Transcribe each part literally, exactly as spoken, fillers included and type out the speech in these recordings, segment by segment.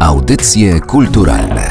Audycje kulturalne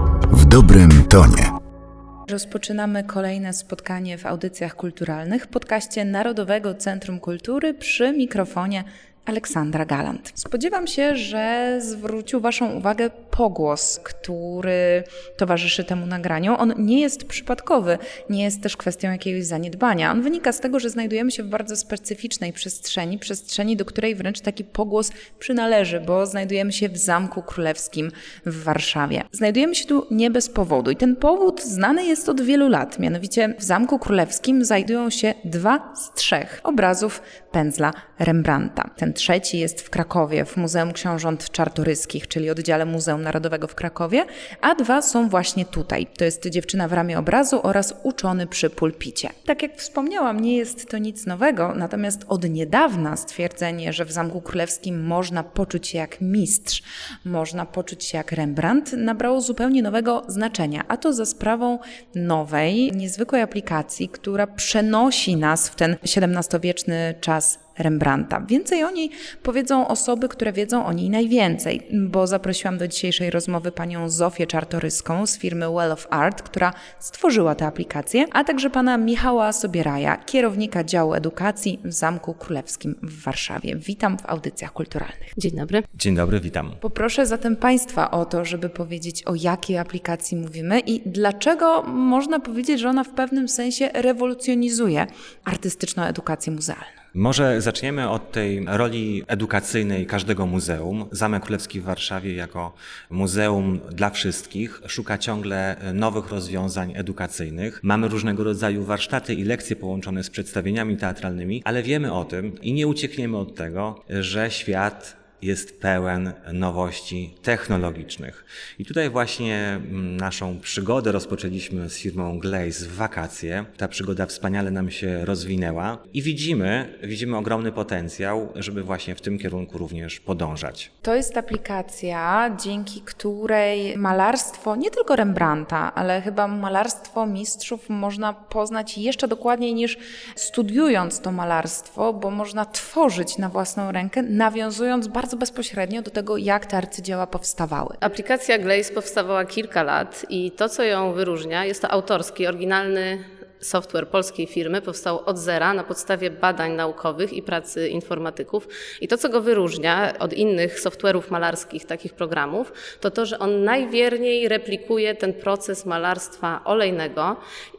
w dobrym tonie. Rozpoczynamy kolejne spotkanie w audycjach kulturalnych w podcaście Narodowego Centrum Kultury przy mikrofonie Aleksandra Galant. Spodziewam się, że zwrócił Waszą uwagę pogłos, który towarzyszy temu nagraniu. On nie jest przypadkowy, nie jest też kwestią jakiegoś zaniedbania. On wynika z tego, że znajdujemy się w bardzo specyficznej przestrzeni, przestrzeni, do której wręcz taki pogłos przynależy, bo znajdujemy się w Zamku Królewskim w Warszawie. Znajdujemy się tu nie bez powodu i ten powód znany jest od wielu lat. Mianowicie w Zamku Królewskim znajdują się dwa z trzech obrazów pędzla Rembrandta. Ten trzeci jest w Krakowie, w Muzeum Książąt Czartoryskich, czyli oddziale Muzeum Narodowego w Krakowie, a dwa są właśnie tutaj. To jest Dziewczyna w ramie obrazu oraz Uczony przy pulpicie. Tak jak wspomniałam, nie jest to nic nowego, natomiast od niedawna stwierdzenie, że w Zamku Królewskim można poczuć się jak mistrz, można poczuć się jak Rembrandt, nabrało zupełnie nowego znaczenia, a to za sprawą nowej, niezwykłej aplikacji, która przenosi nas w ten siedemnastowieczny czas Rembrandta. Więcej o niej powiedzą osoby, które wiedzą o niej najwięcej, bo zaprosiłam do dzisiejszej rozmowy panią Zofię Czartoryską z firmy Well of Art, która stworzyła tę aplikację, a także pana Michała Sobieraja, kierownika działu edukacji w Zamku Królewskim w Warszawie. Witam w audycjach kulturalnych. Dzień dobry. Dzień dobry, witam. Poproszę zatem państwa o to, żeby powiedzieć, o jakiej aplikacji mówimy i dlaczego można powiedzieć, że ona w pewnym sensie rewolucjonizuje artystyczną edukację muzealną. Może zaczniemy od tej roli edukacyjnej każdego muzeum. Zamek Królewski w Warszawie jako muzeum dla wszystkich szuka ciągle nowych rozwiązań edukacyjnych. Mamy różnego rodzaju warsztaty i lekcje połączone z przedstawieniami teatralnymi, ale wiemy o tym i nie uciekniemy od tego, że świat jest pełen nowości technologicznych. I tutaj właśnie naszą przygodę rozpoczęliśmy z firmą Glaze w wakacje. Ta przygoda wspaniale nam się rozwinęła i widzimy, widzimy ogromny potencjał, żeby właśnie w tym kierunku również podążać. To jest aplikacja, dzięki której malarstwo nie tylko Rembrandta, ale chyba malarstwo mistrzów można poznać jeszcze dokładniej niż studiując to malarstwo, bo można tworzyć na własną rękę, nawiązując bardzo bardzo bezpośrednio do tego, jak te arcydzieła powstawały. Aplikacja Glaze powstawała kilka lat i to, co ją wyróżnia, jest to autorski, oryginalny software polskiej firmy, powstał od zera na podstawie badań naukowych i pracy informatyków. I to, co go wyróżnia od innych software'ów malarskich, takich programów, to to, że on najwierniej replikuje ten proces malarstwa olejnego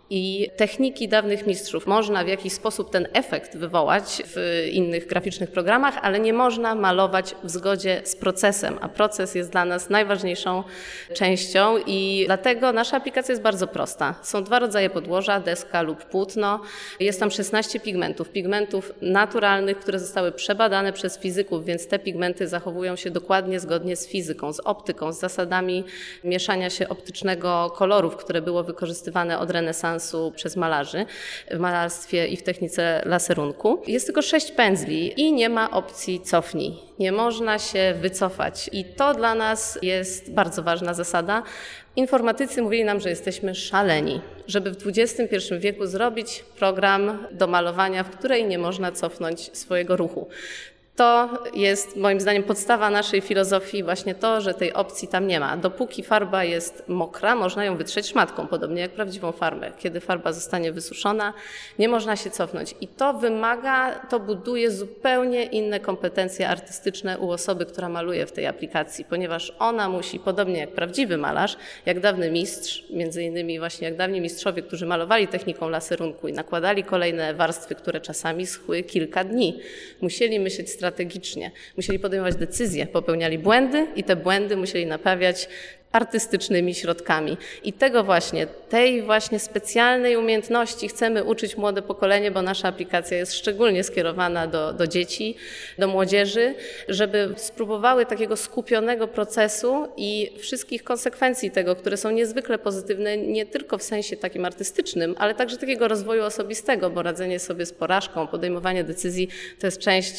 i techniki dawnych mistrzów. Można w jakiś sposób ten efekt wywołać w innych graficznych programach, ale nie można malować w zgodzie z procesem, a proces jest dla nas najważniejszą częścią i dlatego nasza aplikacja jest bardzo prosta. Są dwa rodzaje podłoża, deska lub płótno. Jest tam szesnaście pigmentów, pigmentów naturalnych, które zostały przebadane przez fizyków, więc te pigmenty zachowują się dokładnie zgodnie z fizyką, z optyką, z zasadami mieszania się optycznego kolorów, które było wykorzystywane od renesansu przez malarzy w malarstwie i w technice laserunku. Jest tylko sześć pędzli i nie ma opcji cofnij. Nie można się wycofać i to dla nas jest bardzo ważna zasada. Informatycy mówili nam, że jesteśmy szaleni, żeby w dwudziestym pierwszym wieku zrobić program do malowania, w której nie można cofnąć swojego ruchu. To jest moim zdaniem podstawa naszej filozofii, właśnie to, że tej opcji tam nie ma. Dopóki farba jest mokra, można ją wytrzeć szmatką, podobnie jak prawdziwą farbę. Kiedy farba zostanie wysuszona, nie można się cofnąć. I to wymaga, to buduje zupełnie inne kompetencje artystyczne u osoby, która maluje w tej aplikacji, ponieważ ona musi, podobnie jak prawdziwy malarz, jak dawny mistrz, między innymi właśnie jak dawni mistrzowie, którzy malowali techniką laserunku i nakładali kolejne warstwy, które czasami schły kilka dni. Musieli myśleć strategicznie. strategicznie. Musieli podejmować decyzje, popełniali błędy i te błędy musieli naprawiać artystycznymi środkami. I tego właśnie, tej właśnie specjalnej umiejętności chcemy uczyć młode pokolenie, bo nasza aplikacja jest szczególnie skierowana do, do dzieci, do młodzieży, żeby spróbowały takiego skupionego procesu i wszystkich konsekwencji tego, które są niezwykle pozytywne, nie tylko w sensie takim artystycznym, ale także takiego rozwoju osobistego, bo radzenie sobie z porażką, podejmowanie decyzji to jest część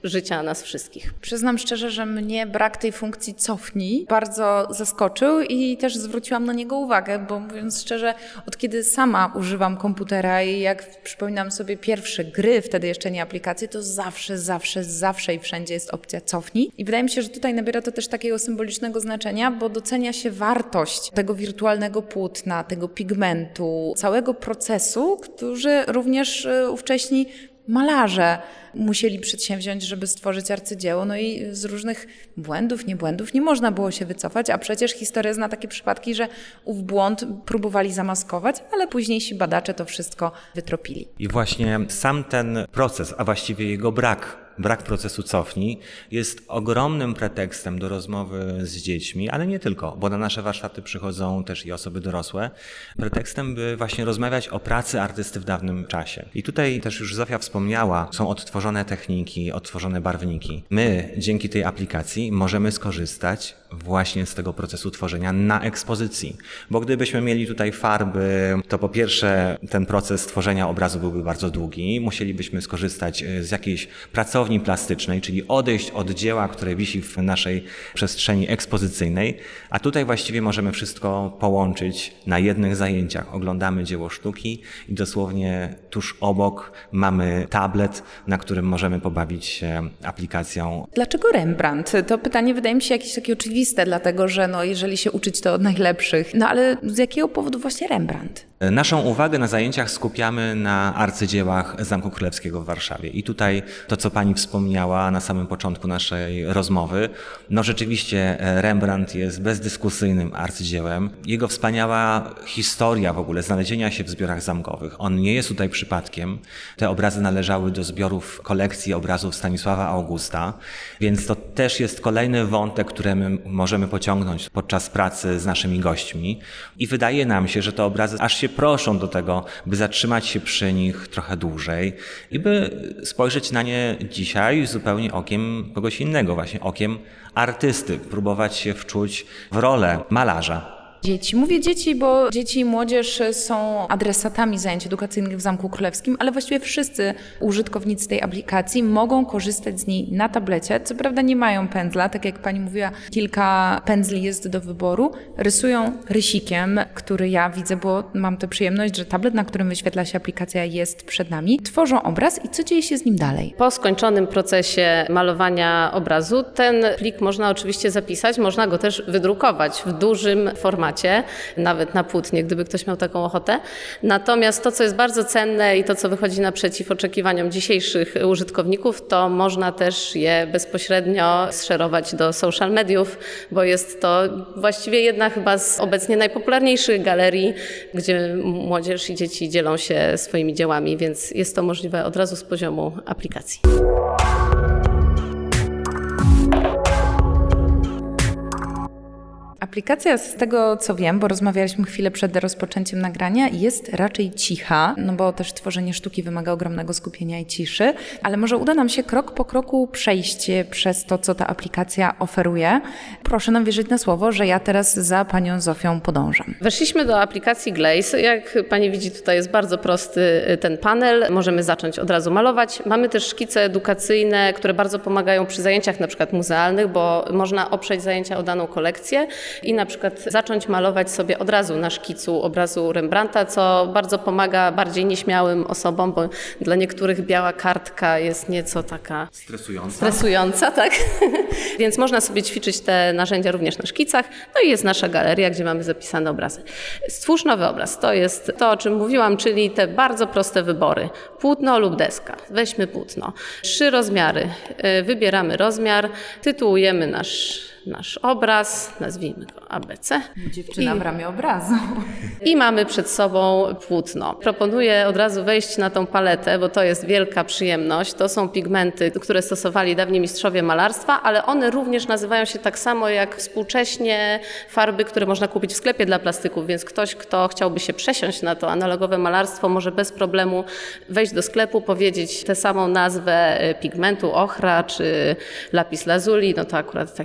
życia nas wszystkich. Przyznam szczerze, że mnie brak tej funkcji cofnij bardzo zaskoczył i też zwróciłam na niego uwagę, bo mówiąc szczerze, od kiedy sama używam komputera i jak przypominam sobie pierwsze gry, wtedy jeszcze nie aplikacje, to zawsze, zawsze, zawsze i wszędzie jest opcja cofnij. I wydaje mi się, że tutaj nabiera to też takiego symbolicznego znaczenia, bo docenia się wartość tego wirtualnego płótna, tego pigmentu, całego procesu, który również ówcześni malarze musieli przedsięwziąć, żeby stworzyć arcydzieło. No i z różnych błędów, niebłędów nie można było się wycofać, a przecież historia zna takie przypadki, że ów błąd próbowali zamaskować, ale późniejsi badacze to wszystko wytropili. I właśnie sam ten proces, a właściwie jego brak, brak procesu cofnij jest ogromnym pretekstem do rozmowy z dziećmi, ale nie tylko, bo na nasze warsztaty przychodzą też i osoby dorosłe, pretekstem, by właśnie rozmawiać o pracy artysty w dawnym czasie. I tutaj też już Zofia wspomniała, są odtworzone techniki, odtworzone barwniki. My dzięki tej aplikacji możemy skorzystać właśnie z tego procesu tworzenia na ekspozycji, bo gdybyśmy mieli tutaj farby, to po pierwsze ten proces tworzenia obrazu byłby bardzo długi, musielibyśmy skorzystać z jakiejś pracowni plastycznej, czyli odejść od dzieła, które wisi w naszej przestrzeni ekspozycyjnej, a tutaj właściwie możemy wszystko połączyć na jednych zajęciach. Oglądamy dzieło sztuki i dosłownie tuż obok mamy tablet, na którym możemy pobawić się aplikacją. Dlaczego Rembrandt? To pytanie wydaje mi się jakieś takie oczywiste, dlatego że no, jeżeli się uczyć, to od najlepszych. No ale z jakiego powodu właśnie Rembrandt? Naszą uwagę na zajęciach skupiamy na arcydziełach Zamku Królewskiego w Warszawie. I tutaj to, co pani wspomniała na samym początku naszej rozmowy, no rzeczywiście Rembrandt jest bezdyskusyjnym arcydziełem. Jego wspaniała historia w ogóle znalezienia się w zbiorach zamkowych, on nie jest tutaj przypadkiem. Te obrazy należały do zbiorów kolekcji obrazów Stanisława Augusta, więc to też jest kolejny wątek, który my możemy pociągnąć podczas pracy z naszymi gośćmi. I wydaje nam się, że te obrazy aż się proszą do tego, by zatrzymać się przy nich trochę dłużej i by spojrzeć na nie dzisiaj zupełnie okiem kogoś innego, właśnie okiem artysty, próbować się wczuć w rolę malarza. Dzieci. Mówię dzieci, bo dzieci i młodzież są adresatami zajęć edukacyjnych w Zamku Królewskim, ale właściwie wszyscy użytkownicy tej aplikacji mogą korzystać z niej na tablecie. Co prawda nie mają pędzla, tak jak pani mówiła, kilka pędzli jest do wyboru. Rysują rysikiem, który ja widzę, bo mam tę przyjemność, że tablet, na którym wyświetla się aplikacja, jest przed nami. Tworzą obraz i co dzieje się z nim dalej? Po skończonym procesie malowania obrazu ten plik można oczywiście zapisać, można go też wydrukować w dużym formacie, nawet na płótnie, gdyby ktoś miał taką ochotę. Natomiast to, co jest bardzo cenne i to, co wychodzi naprzeciw oczekiwaniom dzisiejszych użytkowników, to można też je bezpośrednio zszerować do social mediów, bo jest to właściwie jedna chyba z obecnie najpopularniejszych galerii, gdzie młodzież i dzieci dzielą się swoimi dziełami, więc jest to możliwe od razu z poziomu aplikacji. Aplikacja, z tego co wiem, bo rozmawialiśmy chwilę przed rozpoczęciem nagrania, jest raczej cicha, no bo też tworzenie sztuki wymaga ogromnego skupienia i ciszy, ale może uda nam się krok po kroku przejść przez to, co ta aplikacja oferuje. Proszę nam wierzyć na słowo, że ja teraz za panią Zofią podążam. Weszliśmy do aplikacji Glaze. Jak pani widzi, tutaj jest bardzo prosty ten panel. Możemy zacząć od razu malować. Mamy też szkice edukacyjne, które bardzo pomagają przy zajęciach na przykład muzealnych, bo można oprzeć zajęcia o daną kolekcję i na przykład zacząć malować sobie od razu na szkicu obrazu Rembrandta, co bardzo pomaga bardziej nieśmiałym osobom, bo dla niektórych biała kartka jest nieco taka Stresująca. stresująca, tak? Więc można sobie ćwiczyć te narzędzia również na szkicach. No i jest nasza galeria, gdzie mamy zapisane obrazy. Stwórz nowy obraz. To jest to, o czym mówiłam, czyli te bardzo proste wybory. Płótno lub deska. Weźmy płótno. Trzy rozmiary. Wybieramy rozmiar, tytułujemy nasz nasz obraz, nazwijmy go A B C. Dziewczyna I, w ramię obrazu. I mamy przed sobą płótno. Proponuję od razu wejść na tą paletę, bo to jest wielka przyjemność. To są pigmenty, które stosowali dawni mistrzowie malarstwa, ale one również nazywają się tak samo jak współcześnie farby, które można kupić w sklepie dla plastyków, więc ktoś, kto chciałby się przesiąść na to analogowe malarstwo, może bez problemu wejść do sklepu, powiedzieć tę samą nazwę pigmentu, ochra czy lapis lazuli, no to akurat taki kosztowny,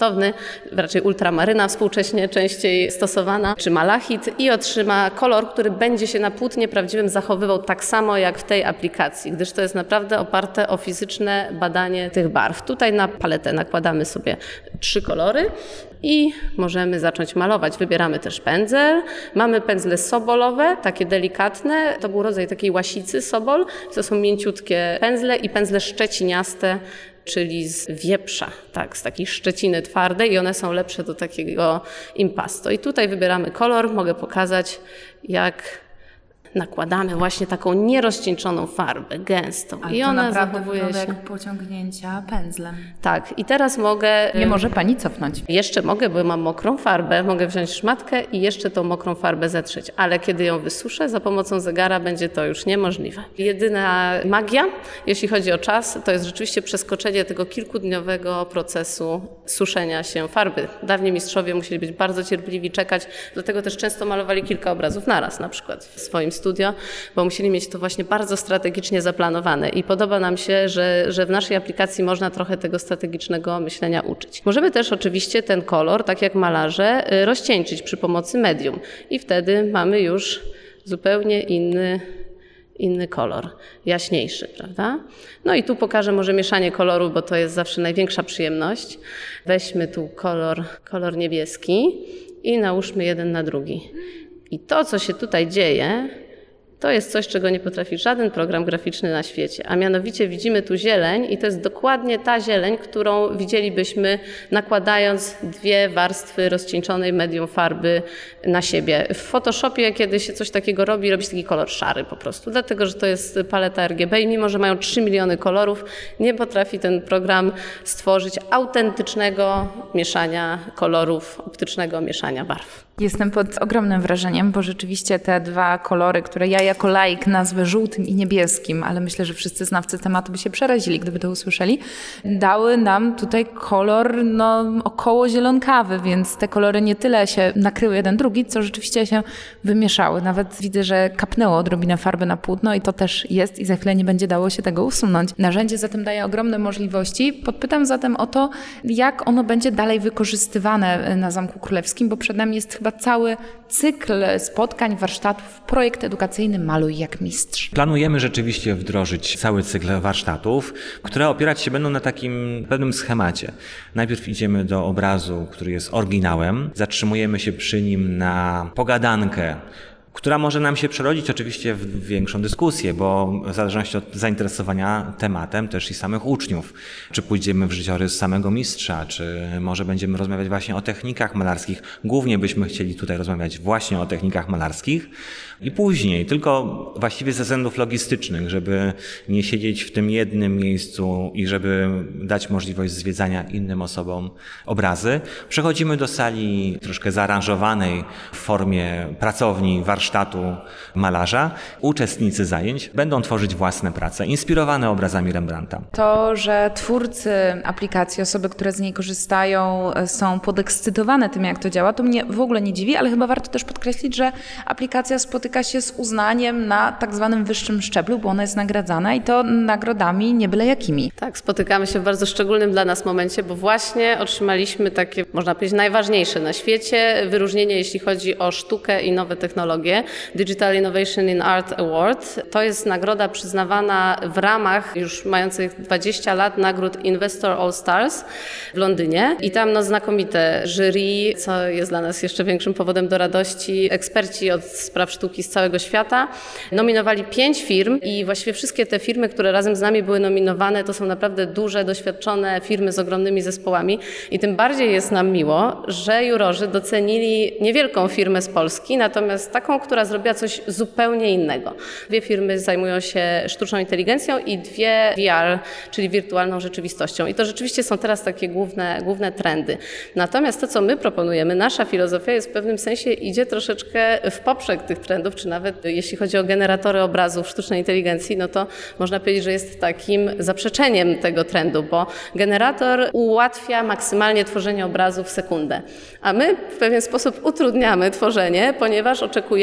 cudowny, raczej ultramaryna współcześnie częściej stosowana, czy malachit i otrzyma kolor, który będzie się na płótnie prawdziwym zachowywał tak samo jak w tej aplikacji, gdyż to jest naprawdę oparte o fizyczne badanie tych barw. Tutaj na paletę nakładamy sobie trzy kolory i możemy zacząć malować. Wybieramy też pędzel. Mamy pędzle sobolowe, takie delikatne. To był rodzaj takiej łasicy sobol. To są mięciutkie pędzle i pędzle szczeciniaste, czyli z wieprza, tak, z takiej szczeciny twardej i one są lepsze do takiego impasto. I tutaj wybieramy kolor. Mogę pokazać, jak nakładamy właśnie taką nierozcieńczoną farbę, gęstą. Ale i to ona naprawdę zachowuje wygląda się jak pociągnięcia pędzlem. Tak, i teraz mogę... Nie może pani cofnąć. Jeszcze mogę, bo mam mokrą farbę, mogę wziąć szmatkę i jeszcze tą mokrą farbę zetrzeć, ale kiedy ją wysuszę za pomocą zegara, będzie to już niemożliwe. Jedyna magia, jeśli chodzi o czas, to jest rzeczywiście przeskoczenie tego kilkudniowego procesu suszenia się farby. Dawniej mistrzowie musieli być bardzo cierpliwi, czekać, dlatego też często malowali kilka obrazów naraz, na przykład w swoim studio, bo musieli mieć to właśnie bardzo strategicznie zaplanowane i podoba nam się, że, że w naszej aplikacji można trochę tego strategicznego myślenia uczyć. Możemy też oczywiście ten kolor, tak jak malarze, rozcieńczyć przy pomocy medium i wtedy mamy już zupełnie inny inny kolor, jaśniejszy, prawda? No i tu pokażę może mieszanie koloru, bo to jest zawsze największa przyjemność. Weźmy tu kolor, kolor niebieski i nałóżmy jeden na drugi. I to, co się tutaj dzieje, to jest coś, czego nie potrafi żaden program graficzny na świecie. A mianowicie widzimy tu zieleń i to jest dokładnie ta zieleń, którą widzielibyśmy nakładając dwie warstwy rozcieńczonej medium farby na siebie. W Photoshopie, kiedy się coś takiego robi, robi się taki kolor szary po prostu, dlatego że to jest paleta R G B i mimo, że mają trzy miliony kolorów, nie potrafi ten program stworzyć autentycznego mieszania kolorów, optycznego mieszania barw. Jestem pod ogromnym wrażeniem, bo rzeczywiście te dwa kolory, które ja jako laik nazwę żółtym i niebieskim, ale myślę, że wszyscy znawcy tematu by się przerazili, gdyby to usłyszeli, dały nam tutaj kolor no, około zielonkawy, więc te kolory nie tyle się nakryły jeden drugi, co rzeczywiście się wymieszały. Nawet widzę, że kapnęło odrobinę farby na płótno i to też jest i za chwilę nie będzie dało się tego usunąć. Narzędzie zatem daje ogromne możliwości. Podpytam zatem o to, jak ono będzie dalej wykorzystywane na Zamku Królewskim, bo przed nami jest chyba cały cykl spotkań, warsztatów, projekt edukacyjny Maluj jak mistrz. Planujemy rzeczywiście wdrożyć cały cykl warsztatów, które opierać się będą na takim pewnym schemacie. Najpierw idziemy do obrazu, który jest oryginałem, zatrzymujemy się przy nim na pogadankę, która może nam się przerodzić oczywiście w większą dyskusję, bo w zależności od zainteresowania tematem też i samych uczniów. Czy pójdziemy w życiorys samego mistrza, czy może będziemy rozmawiać właśnie o technikach malarskich. Głównie byśmy chcieli tutaj rozmawiać właśnie o technikach malarskich i później, tylko właściwie ze względów logistycznych, żeby nie siedzieć w tym jednym miejscu i żeby dać możliwość zwiedzania innym osobom obrazy. Przechodzimy do sali troszkę zaaranżowanej w formie pracowni, warsztatu malarza. Uczestnicy zajęć będą tworzyć własne prace, inspirowane obrazami Rembrandta. To, że twórcy aplikacji, osoby, które z niej korzystają, są podekscytowane tym, jak to działa, to mnie w ogóle nie dziwi, ale chyba warto też podkreślić, że aplikacja spotyka się z uznaniem na tak zwanym wyższym szczeblu, bo ona jest nagradzana i to nagrodami nie byle jakimi. Tak, spotykamy się w bardzo szczególnym dla nas momencie, bo właśnie otrzymaliśmy takie, można powiedzieć, najważniejsze na świecie wyróżnienie, jeśli chodzi o sztukę i nowe technologie. Digital Innovation in Art Award. To jest nagroda przyznawana w ramach już mających dwadzieścia lat nagród Investor All Stars w Londynie. I tam no, znakomite jury, co jest dla nas jeszcze większym powodem do radości. Eksperci od spraw sztuki z całego świata nominowali pięć firm i właściwie wszystkie te firmy, które razem z nami były nominowane, to są naprawdę duże, doświadczone firmy z ogromnymi zespołami. I tym bardziej jest nam miło, że jurorzy docenili niewielką firmę z Polski, natomiast taką, która zrobiła coś zupełnie innego. Dwie firmy zajmują się sztuczną inteligencją i dwie V R, czyli wirtualną rzeczywistością. I to rzeczywiście są teraz takie główne, główne trendy. Natomiast to, co my proponujemy, nasza filozofia jest w pewnym sensie idzie troszeczkę w poprzek tych trendów, czy nawet jeśli chodzi o generatory obrazów sztucznej inteligencji, no to można powiedzieć, że jest takim zaprzeczeniem tego trendu, bo generator ułatwia maksymalnie tworzenie obrazu w sekundę. A my w pewien sposób utrudniamy tworzenie, ponieważ oczekujemy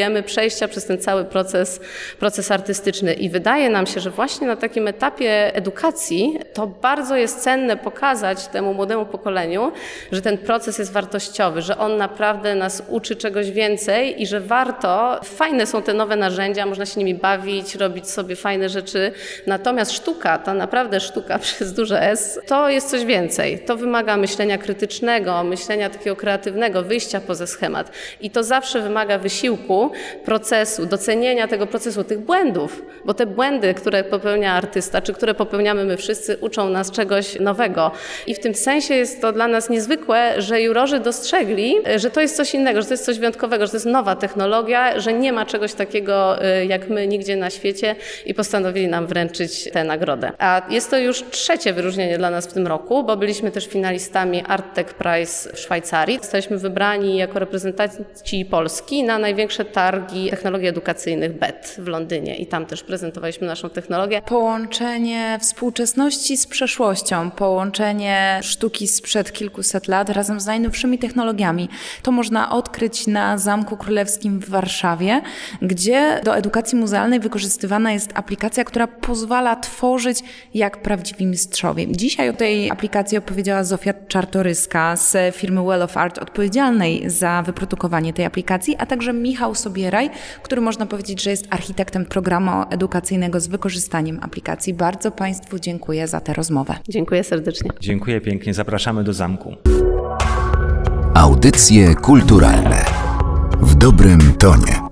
potrzebujemy przejścia przez ten cały proces, proces artystyczny. I wydaje nam się, że właśnie na takim etapie edukacji to bardzo jest cenne pokazać temu młodemu pokoleniu, że ten proces jest wartościowy, że on naprawdę nas uczy czegoś więcej i że warto, fajne są te nowe narzędzia, można się nimi bawić, robić sobie fajne rzeczy. Natomiast sztuka, ta naprawdę sztuka przez duże S, to jest coś więcej. To wymaga myślenia krytycznego, myślenia takiego kreatywnego, wyjścia poza schemat. I to zawsze wymaga wysiłku, procesu, docenienia tego procesu, tych błędów, bo te błędy, które popełnia artysta, czy które popełniamy my wszyscy, uczą nas czegoś nowego. I w tym sensie jest to dla nas niezwykłe, że jurorzy dostrzegli, że to jest coś innego, że to jest coś wyjątkowego, że to jest nowa technologia, że nie ma czegoś takiego jak my nigdzie na świecie i postanowili nam wręczyć tę nagrodę. A jest to już trzecie wyróżnienie dla nas w tym roku, bo byliśmy też finalistami ArtTech Prize w Szwajcarii. Zostaliśmy wybrani jako reprezentanci Polski na największe targi technologii edukacyjnych B E T w Londynie i tam też prezentowaliśmy naszą technologię. Połączenie współczesności z przeszłością, połączenie sztuki sprzed kilkuset lat razem z najnowszymi technologiami. To można odkryć na Zamku Królewskim w Warszawie, gdzie do edukacji muzealnej wykorzystywana jest aplikacja, która pozwala tworzyć jak prawdziwi mistrzowie. Dzisiaj o tej aplikacji opowiedziała Zofia Czartoryska z firmy Well of Art, odpowiedzialnej za wyprodukowanie tej aplikacji, a także Michał Sobieraj, który można powiedzieć, że jest architektem programu edukacyjnego z wykorzystaniem aplikacji. Bardzo Państwu dziękuję za tę rozmowę. Dziękuję serdecznie. Dziękuję pięknie, zapraszamy do zamku. Audycje kulturalne w dobrym tonie.